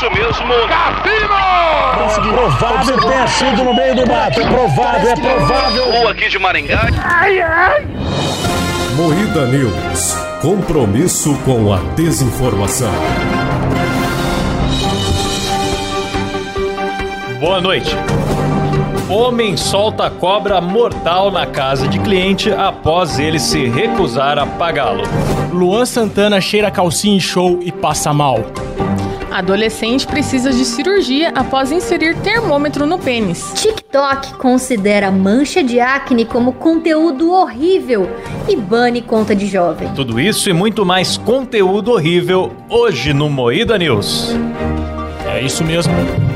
isso mesmo, Cassino! Provável que tenha sido no meio do mato. É provável. Ou aqui de Maringá. Moída News. Compromisso com a desinformação. Boa noite. Homem solta cobra mortal na casa de cliente após ele se recusar a pagá-lo. Luan Santana cheira calcinha em show e passa mal. Adolescente precisa de cirurgia após inserir termômetro no pênis. TikTok considera mancha de acne como conteúdo horrível e bane conta de jovem. Tudo isso e muito mais conteúdo horrível hoje no Moída News. É isso mesmo.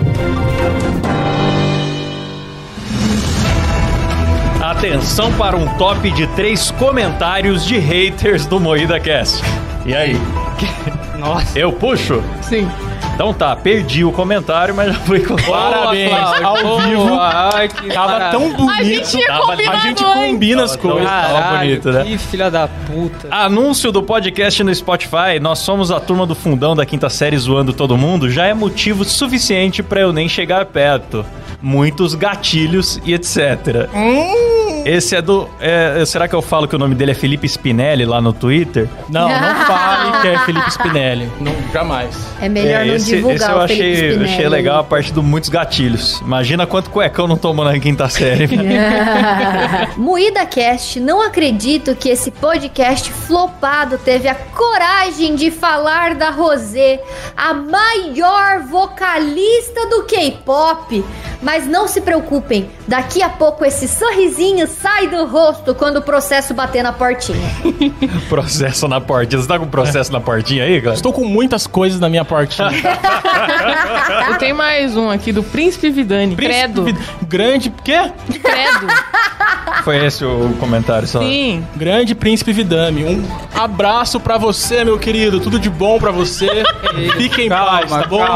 Atenção para um top de 3 comentários de haters do Moída Cast. E aí? Nossa. Eu puxo? Sim. Então tá, perdi o comentário, mas já fui com... Parabéns, ao vivo. Ai, que tava tão bonito. A gente ia combinar, a gente combina as coisas. Tava bonito, né? Que filha da puta. Anúncio do podcast no Spotify. Nós somos a turma do fundão da quinta série zoando todo mundo. Já é motivo suficiente pra eu nem chegar perto. Muitos gatilhos e etc. Esse é do... será que eu falo que o nome dele é Felipe Spinelli lá no Twitter? Não fale que é Felipe Spinelli. Não, jamais. É melhor não divulgar esse eu o Felipe Spinelli. achei legal a parte do muitos gatilhos. Imagina quanto cuecão não tomou na quinta série. Moída Cast, não acredito que esse podcast flopado teve a coragem de falar da Rosé, a maior vocalista do K-pop. Mas não se preocupem, daqui a pouco esse sorrisinho sai do rosto quando o processo bater na portinha. Processo na portinha. Você tá com processo na portinha aí, cara? Estou com muitas coisas na minha portinha. Eu tenho mais um aqui do Príncipe Vidani. Credo. Grande... Quê? Credo. Foi esse o comentário só? Sim. Grande Príncipe Vidani. Um abraço pra você, meu querido. Tudo de bom pra você. Fique em paz, tá bom?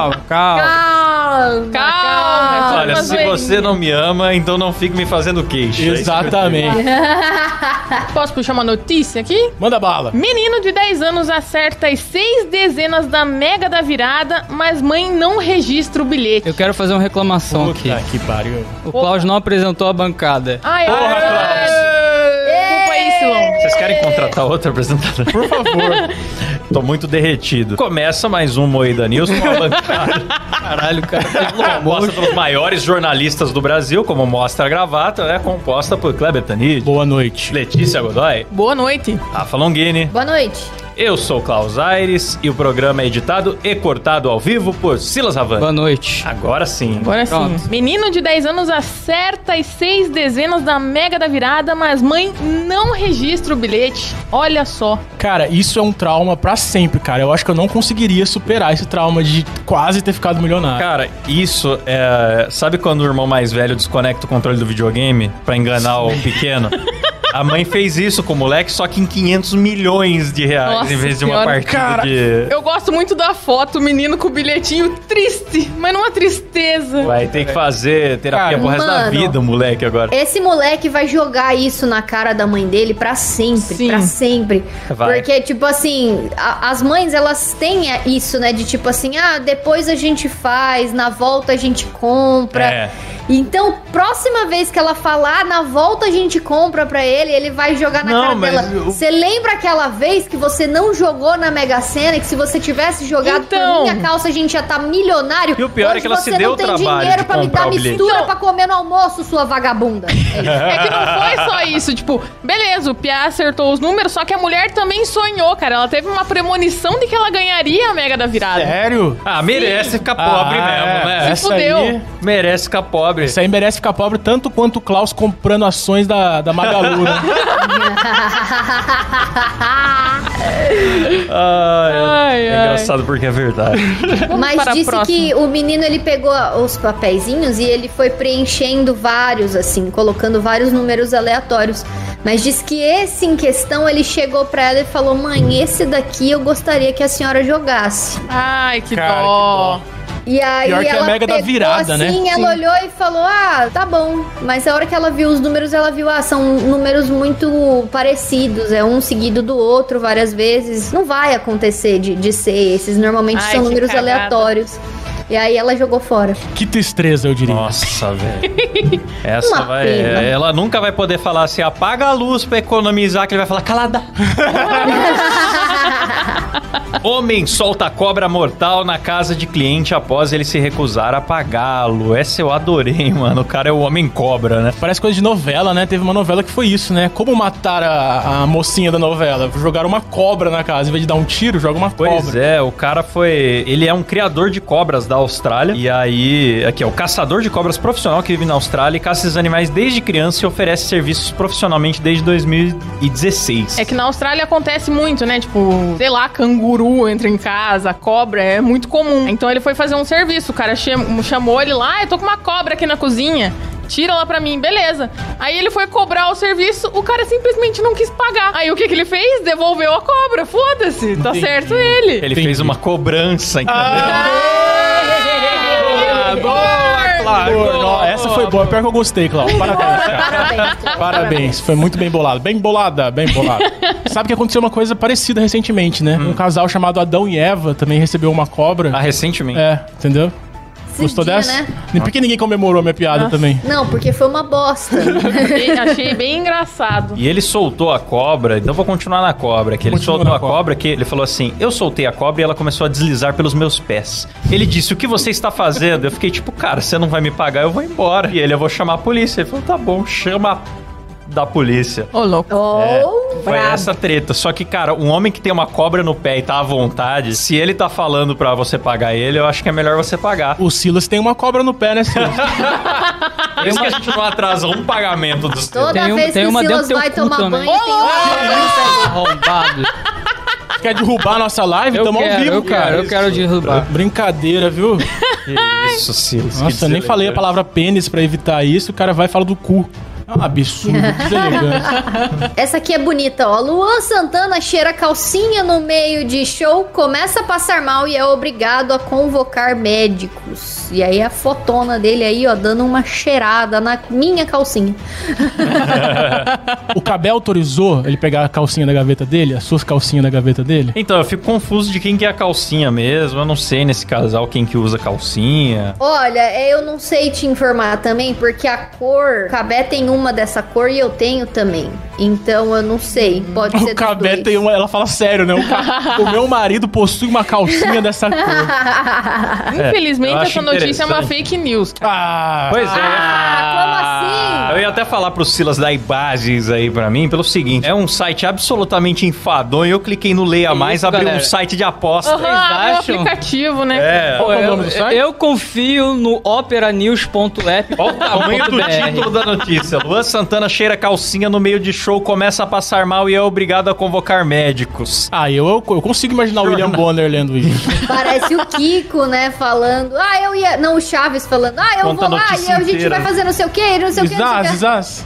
Calma. Olha, se você não me ama, então não fique me fazendo queixa. Exatamente. Posso puxar uma notícia aqui? Manda bala. Menino de 10 anos acerta as 6 dezenas da Mega da Virada, mas mãe não registra o bilhete. Eu quero fazer uma reclamação aqui. Puta que pariu. O Cláudio não apresentou a bancada. Ai, Porra, Cláudio. Desculpa aí, Silão. Vocês querem contratar outra apresentadora? Por favor. Tô muito derretido. Começa mais um Moída News com uma bancada. Caralho, cara. Composta pelos maiores jornalistas do Brasil, como mostra a gravata, né? Composta por Kleber Tanid, Boa noite. Letícia Godoy, Boa noite. Rafa Longini. Boa noite. Eu sou o Klaus Aires e o programa é editado e cortado ao vivo por Silas Havani. Boa noite. Agora sim. Agora sim. Pronto. Menino de 10 anos acerta as 6 dezenas da Mega da Virada, mas mãe não registra o bilhete. Olha só. Cara, isso é um trauma pra sempre, cara. Eu acho que eu não conseguiria superar esse trauma de quase ter ficado milionário. Cara, isso é... Sabe quando o irmão mais velho desconecta o controle do videogame pra enganar o pequeno? A mãe fez isso com o moleque, só que em 500 milhões de reais, Nossa em vez de uma senhora, partida cara, de... Eu gosto muito da foto, o menino com o bilhetinho triste, mas não uma tristeza. Vai ter que fazer terapia pro resto da vida, o moleque agora. Esse moleque vai jogar isso na cara da mãe dele pra sempre, Sim. pra sempre. Vai. Porque, tipo assim, as mães, elas têm isso, né? De tipo assim, depois a gente faz, na volta a gente compra. É. Então, próxima vez que ela falar, na volta a gente compra pra ele vai jogar na cara dela. Você lembra aquela vez que você não jogou na Mega Sena e que se você tivesse jogado por minha calça a gente ia estar milionário? E o pior é que ela se deu o trabalho de você não tem dinheiro pra me comprar dar o bilhete. mistura pra comer no almoço, sua vagabunda. É que não foi só isso, tipo, beleza, o Piá acertou os números, só que a mulher também sonhou, cara. Ela teve uma premonição de que ela ganharia a Mega da Virada. Sério? Ah, merece ficar pobre mesmo, né? Se fudeu. Merece ficar pobre. Isso aí merece ficar pobre tanto quanto o Klaus comprando ações da Magalu, né? É engraçado porque é verdade. Mas disse que o menino, ele pegou os papeizinhos e ele foi preenchendo vários, assim, colocando vários números aleatórios. Mas disse que esse em questão, ele chegou pra ela e falou: mãe, esse daqui eu gostaria que a senhora jogasse. Ai, que Cara, dó. E aí pior que ela é a Mega da Virada, assim, né? Ela olhou e falou: tá bom. Mas a hora que ela viu os números, ela viu, são números muito parecidos. É um seguido do outro várias vezes. Não vai acontecer de ser esses. Normalmente são números aleatórios. E aí ela jogou fora. Que tristeza, eu diria. Nossa, velho. Essa Uma vai. pena. Ela nunca vai poder falar assim, apaga a luz pra economizar, que ele vai falar, calada. Homem solta cobra mortal na casa de cliente após ele se recusar a pagá-lo. Essa eu adorei, mano. O cara é o homem cobra, né? Parece coisa de novela, né? Teve uma novela que foi isso, né? Como matar a mocinha da novela? Jogaram uma cobra na casa. Em vez de dar um tiro, joga uma Pois cobra. é, o cara foi... Ele é um criador de cobras da Austrália. E aí, aqui, é o caçador de cobras profissional que vive na Austrália e caça esses animais desde criança e oferece serviços profissionalmente desde 2016. É que na Austrália acontece muito, né? Tipo, sei lá, canguru entra em casa, cobra, é muito comum. Então ele foi fazer um serviço, o cara chamou ele lá, eu tô com uma cobra aqui na cozinha. Tira ela pra mim, beleza. Aí ele foi cobrar o serviço, o cara simplesmente não quis pagar. Aí o que ele fez? Devolveu a cobra, foda-se, tá certo ele. Ele fez uma cobrança, entendeu? Boa. Essa foi boa. Pior que eu gostei, Cláudio. Parabéns, cara. Parabéns. Parabéns. Foi muito bem bolado. Bem bolada, bem bolada. Sabe que aconteceu uma coisa parecida recentemente, né? Um casal chamado Adão e Eva também recebeu uma cobra. Ah, recentemente. É, entendeu? Gostou dia, dessa? né? Por que ninguém comemorou a minha piada também? Não, porque foi uma bosta. Achei bem engraçado. E ele soltou a cobra, então vou continuar na cobra. Que ele Continua soltou na a cobra, que ele falou assim: eu soltei a cobra e ela começou a deslizar pelos meus pés. Ele disse: o que você está fazendo? Eu fiquei tipo, cara, você não vai me pagar, eu vou embora. E ele, eu vou chamar a polícia. Ele falou: tá bom, chama da polícia. Ô, louco. Foi Brabo. essa treta. Só que, cara, um homem que tem uma cobra no pé e tá à vontade, se ele tá falando pra você pagar ele, eu acho que é melhor você pagar. O Silas tem uma cobra no pé, né, Silas? Por isso que a gente não atrasa um pagamento dos Toda Tem vez que o uma Silas dentro do vai teu cu tomar também. banho, tem uma Arrombado. Quer derrubar a nossa live? Eu Tamo ao quero, vivo, eu quero, cara. eu quero derrubar. Brincadeira, viu? Isso, Silas. Nossa, eu nem falei a palavra pênis pra evitar isso. O cara vai e fala do cu. É um absurdo, deselegante. Essa aqui é bonita, ó. Luan Santana cheira calcinha no meio de show, começa a passar mal e é obrigado a convocar médicos. E aí a fotona dele aí, ó, dando uma cheirada na minha calcinha. O Cabé autorizou ele pegar a calcinha da gaveta dele? As suas calcinhas da gaveta dele? Então, eu fico confuso de quem que é a calcinha mesmo. Eu não sei nesse casal quem que usa calcinha. Olha, eu não sei te informar também, porque a cor... O Cabé tem uma dessa cor e eu tenho também. Então eu não sei, pode ser O dos Cabé dois. tem uma... Ela fala sério, né? O meu marido possui uma calcinha dessa cor. Infelizmente, eu acho essa notícia é uma interessante. fake news, cara. Ah, Pois é. Como assim? Eu ia até falar pro Silas dar imagens aí pra mim, pelo seguinte: é um site absolutamente enfadonho. Eu cliquei no Leia Mais, isso, abriu um galera? site de aposta. Aham, abre o acham? aplicativo, né? É. Qual é o nome do site? Eu confio no operanews.app. Olha o tamanho do título da notícia. Luan Santana cheira calcinha no meio de show, começa a passar mal e é obrigado a convocar médicos. Ah, eu consigo imaginar o William Bonner lendo isso. Parece o Kiko, né, falando... Ah, eu ia... Não, o Chaves falando... Ah, eu Conta a vou lá notícia e a gente inteira. vai fazer não sei o quê, não sei o quê, não sei o quê. Zaz.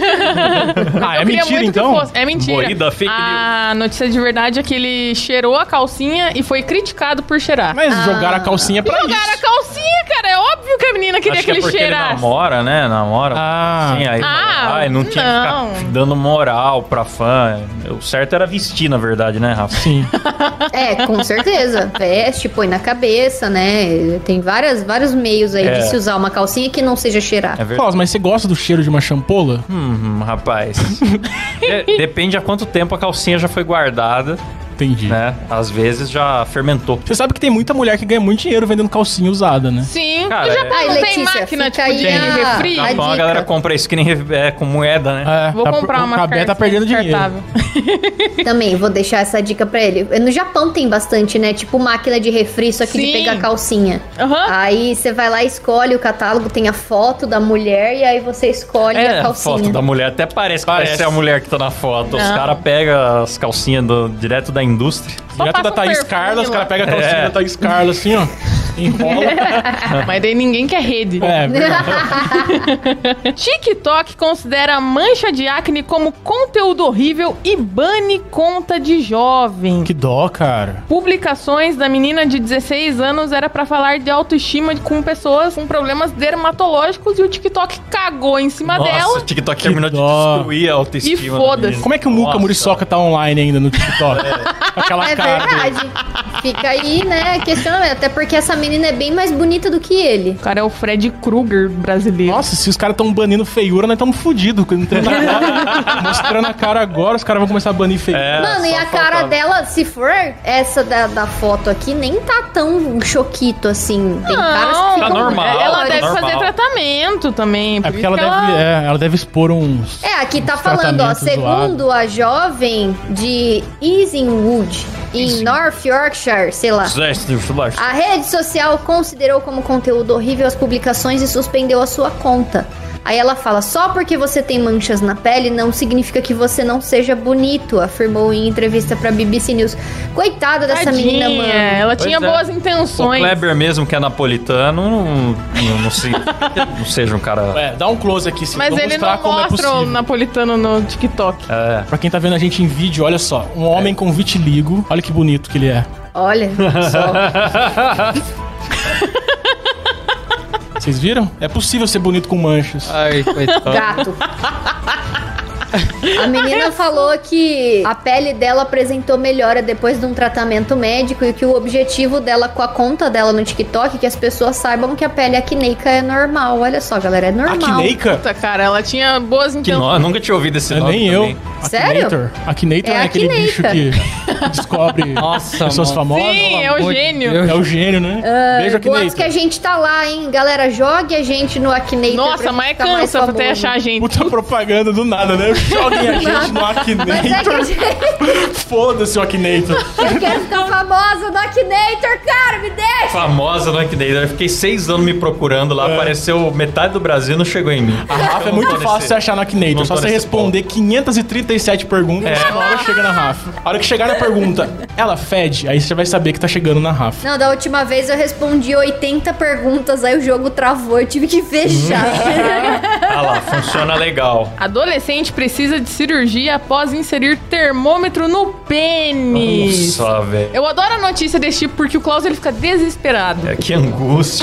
Ah, é Eu queria mentira muito que então? fosse. É mentira. Moída, fake A notícia de verdade é que ele cheirou a calcinha e foi criticado por cheirar. Mas jogaram a calcinha pra Jogaram a isso. calcinha, cara. É óbvio que a menina queria Acho que que é ele porque cheirasse. ele namora, né? Namora. Ah. Sim, aí, Ah, não tinha não. que ficar dando moral pra fã. O certo era vestir, na verdade, né, Rafa? Sim. É, com certeza. Veste, põe na cabeça, né? Tem vários meios aí de se usar uma calcinha que não seja cheirar. É verdade. Klaus, mas você gosta do cheiro de uma champola? Rapaz. Depende a quanto tempo a calcinha já foi guardada, Entendi. né? Às vezes já fermentou. Você sabe que tem muita mulher que ganha muito dinheiro vendendo calcinha usada, né? Sim. Cara, No Japão Ai, não tem Letícia, máquina fica tipo aí de a- refri? a Então a dica. galera compra skin com moeda, né? É, Vou comprar uma O Cabé tá cartinha perdendo dinheiro. descartável. Também vou deixar essa dica pra ele. No Japão tem bastante, né? Tipo máquina de refri, só que de Sim. pegar calcinha. Aham. Aí você vai lá, escolhe o catálogo, tem a foto da mulher e aí você escolhe a A calcinha. foto da mulher até parece que Parece. é a mulher que tá na foto. Os Não. caras pegam as calcinhas direto da indústria. Só Direto passa da um Thaís perfume Carla, os lá. caras pegam a calcinha da Thaís Carla assim, ó. Enrola. Mas daí ninguém quer rede. É, verdade. TikTok considera mancha de acne como conteúdo horrível e bane conta de jovem. Que dó, cara. Publicações da menina de 16 anos era pra falar de autoestima com pessoas com problemas dermatológicos e o TikTok cagou em cima Nossa, dela. o TikTok Que terminou de dó. destruir a autoestima. E da foda-se. menina. Como é que o Muca Nossa. Muriçoca tá online ainda no TikTok? Aquela É cara. verdade. Fica aí, né, questionamento. Até porque essa menina menina é bem mais bonita do que ele. O cara é o Fred Krueger brasileiro. Nossa, se os caras estão banindo feiura, nós estamos fodidos. Mostrando a cara agora, os caras vão começar a banir feiura. Mano, e a cara dela, se for essa da foto aqui, nem tá tão choquito assim. Tem caras que ficam... Tá normal. Ela deve normal. fazer tratamento também. É porque ela deve expor uns... aqui tá uns falando, ó, tratamentos segundo a jovem de Easingwood, em North Yorkshire, sei lá. A rede social considerou como conteúdo horrível as publicações e suspendeu a sua conta. Aí ela fala, só porque você tem manchas na pele não significa que você não seja bonito, afirmou em entrevista pra BBC News. Coitada dessa menina, mano. Ela tinha Pois é. boas intenções. O Kleber mesmo, que é napolitano, não seja um cara... dá um close aqui, sim. Mas Vou ele mostrar não como é mostra o possível. napolitano no TikTok. É. Pra quem tá vendo a gente em vídeo, olha só. Um homem com vitiligo. Olha que bonito que ele é. Olha só. Vocês viram? É possível ser bonito com manchas. Ai, coitado. Gato. A menina falou que a pele dela apresentou melhora depois de um tratamento médico e que o objetivo dela com a conta dela no TikTok é que as pessoas saibam que a pele acneica é normal. Olha só, galera, é normal. Acneica? Puta, cara, ela tinha boas Que intenções. nó, eu nunca tinha ouvido esse É, nome nem também. eu. Sério? Akinator. Akinator É é aquele Akinator. bicho que descobre Nossa, pessoas mano. famosas. Sim, é o amor de gênio. Deus. É o gênio, né? Beijo, Boatos que a Akinator. gente tá lá, hein? Galera, jogue a gente no Akinator. Nossa, pra mas gente ficar mais cansa pra até famoso. achar a gente. Puta propaganda do nada, né? Joguem a gente no Mas é que Akinator. a gente... Foda-se o Akinator. Eu quero ficar famosa no Akinator, cara, me deixa! Famosa no Akinator. Eu fiquei 6 anos me procurando lá, apareceu metade do Brasil e não chegou em mim. A Rafa é muito fácil você achar no Akinator. não Só tô você nesse responder 537 perguntas, uma hora chega na Rafa. A hora que chegar na pergunta, ela fede, aí você já vai saber que tá chegando na Rafa. Não, da última vez eu respondi 80 perguntas, aí o jogo travou, eu tive que fechar. Ah lá, funciona legal. Adolescente precisa de cirurgia após inserir termômetro no pênis. Nossa, velho. Eu adoro a notícia desse tipo porque o Klaus ele fica desesperado. É, que angústia.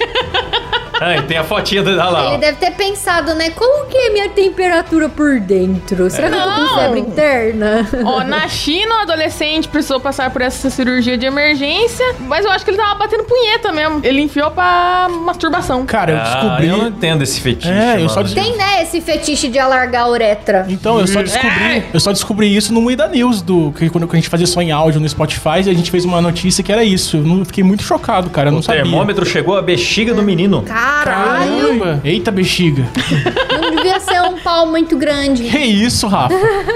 Ah, e tem a fotinha do... Olha lá, ó. Ele deve ter pensado, né? Como que é minha temperatura por dentro? Será que eu tô com Não. febre interna? Ó, na China, o adolescente precisou passar por essa cirurgia de emergência, mas eu acho que ele tava batendo punheta mesmo. Ele enfiou pra masturbação. Cara, eu descobri. eu não entendo esse fetiche, Eu só mano. descobri. Tem, né, esse fetiche de alargar a uretra. Então, eu só descobri isso no Muida News, quando a gente fazia só em áudio no Spotify, e a gente fez uma notícia que era isso. Eu fiquei muito chocado, cara. Eu não O sabia. termômetro chegou à bexiga do menino. Caralho! Caramba! Eita, bexiga. Não devia ser um pau muito grande. Que isso, Rafa?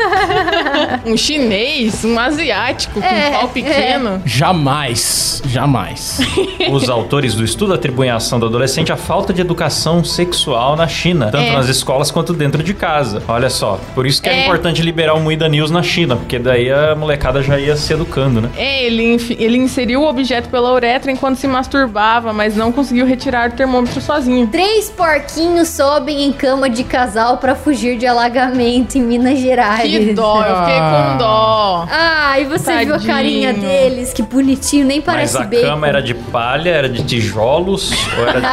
Um chinês, um asiático com É, um pau pequeno. Jamais. Jamais. Os autores do estudo atribuem à ação do adolescente a falta de educação sexual na China, tanto É. nas escolas quanto dentro de casa. Olha só, por isso que é É. importante liberar o Muida News na China, porque daí a molecada já ia se educando, né? É, ele inseriu o objeto pela uretra enquanto se masturbava, mas não conseguiu retirar o termômetro sozinho. 3 porquinhos sobem em cama de casal pra fugir de alagamento em Minas Gerais. Que dó, eu fiquei com dó. Ah, e você viu a Tadinho. carinha deles? Que bonitinho, nem Mas parece a bacon. cama era de palha, era de tijolos, ou era de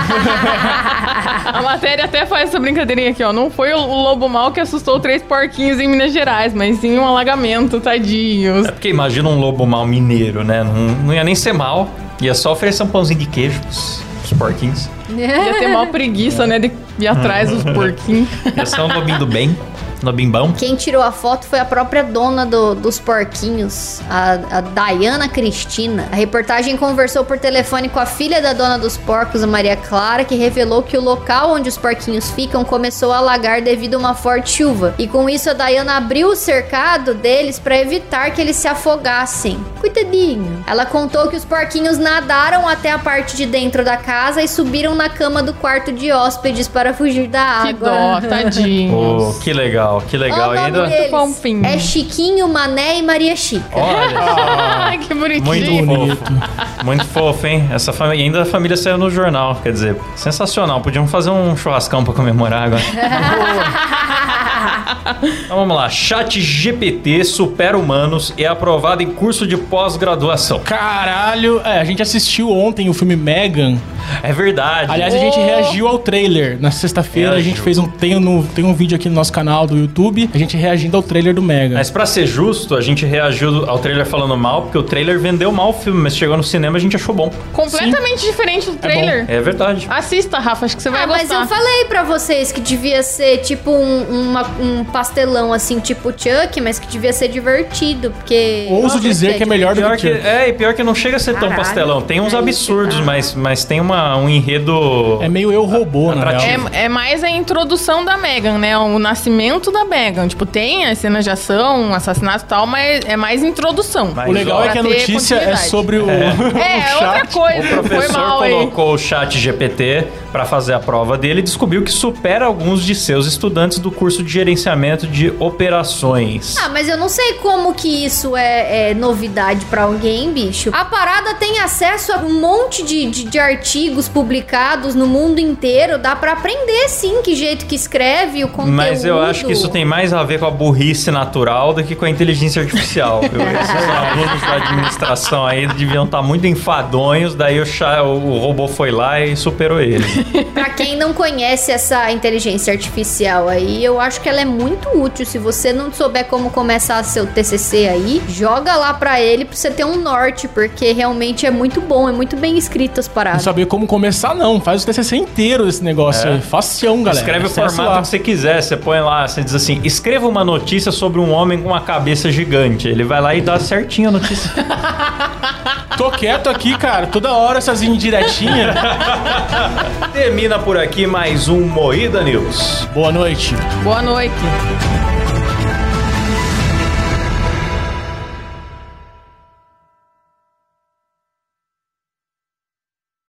A matéria até faz essa brincadeirinha aqui, ó. Não foi o lobo mau que assustou 3 porquinhos em Minas Gerais, mas sim um alagamento, tadinhos. É porque imagina um lobo mal mineiro, né? Não ia nem ser mal, ia só oferecer um pãozinho de queijo pros porquinhos. Ia ter maior preguiça, né, de ir atrás dos porquinhos. Ia ser um lobinho do bem, lobinho bom. Quem tirou a foto foi a própria dona dos porquinhos, a Dayana Cristina. A reportagem conversou por telefone com a filha da dona dos porcos, a Maria Clara, que revelou que o local onde os porquinhos ficam começou a alagar devido a uma forte chuva. E com isso a Dayana abriu o cercado deles para evitar que eles se afogassem. Coitadinho. Ela contou que os porquinhos nadaram até a parte de dentro da casa e subiram na cama do quarto de hóspedes para fugir da água. Que dó, tadinhos. Oh, que legal, que legal. Olha E o nome ainda... deles. fofinho. É Chiquinho, Mané e Maria Chica. Olha, Ai, que bonitinho. muito fofo. Muito fofo, hein? Essa família, e ainda a família saiu no jornal, quer dizer, sensacional. Podiam fazer um churrascão pra comemorar agora. Então vamos lá. ChatGPT supera humanos e é aprovado em curso de pós-graduação. Caralho. A gente assistiu ontem o filme Megan. É verdade. Aliás, a gente reagiu ao trailer. Na sexta-feira a gente fez tem um vídeo aqui no nosso canal do YouTube, a gente reagindo ao trailer do Mega. Mas pra ser justo, a gente reagiu ao trailer falando mal, porque o trailer vendeu mal o filme, mas chegou no cinema e a gente achou bom. Completamente diferente do trailer. É verdade. Assista, Rafa, acho que você vai Mas gostar. eu falei pra vocês que devia ser tipo um pastelão assim, tipo Chuck, mas que devia ser divertido, porque... Ouso dizer que é melhor do Pior que que, e pior que não chega a ser tão Caralho, pastelão. Tem uns aí absurdos, você mas tem um enredo... É meio Eu, Robô, na real. Atrativo. É mais a introdução da Megan, né? O nascimento da Megan. Tipo, tem as cenas de ação, assassinato e tal, mas é mais introdução. Mas, O legal ó, é que a pra ter notícia é continuidade. sobre o, É, o outra chat. coisa. O Foi professor mal aí. colocou o chat GPT para fazer a prova dele e descobriu que supera alguns de seus estudantes do curso de gerenciamento de operações. Ah, mas eu não sei como que isso é novidade pra alguém, bicho. A parada tem acesso a um monte de artigos publicados no mundo inteiro. Dá pra aprender, sim, que jeito que escreve o conteúdo. Mas eu acho que isso tem mais a ver com a burrice natural do que com a inteligência artificial. Viu? Esses alunos da administração aí deviam estar muito enfadonhos, daí o robô foi lá e superou ele. Pra quem não conhece essa inteligência artificial aí, eu acho que ela é muito útil. Se você não souber como começar seu TCC aí, joga lá pra ele pra você ter um norte, porque realmente é muito bom, é muito bem escrito as Não paradas. saber como começar, não. Faz o TCC inteiro desse negócio aí. Facião, galera. Escreve o Acessa formato lá. que você quiser. Você põe lá, você diz assim: escreva uma notícia sobre um homem com uma cabeça gigante. Ele vai lá e dá certinho a notícia. Tô quieto aqui, cara. Toda hora essas indiretinhas. Termina por aqui mais um Moída News. Boa noite. Boa noite.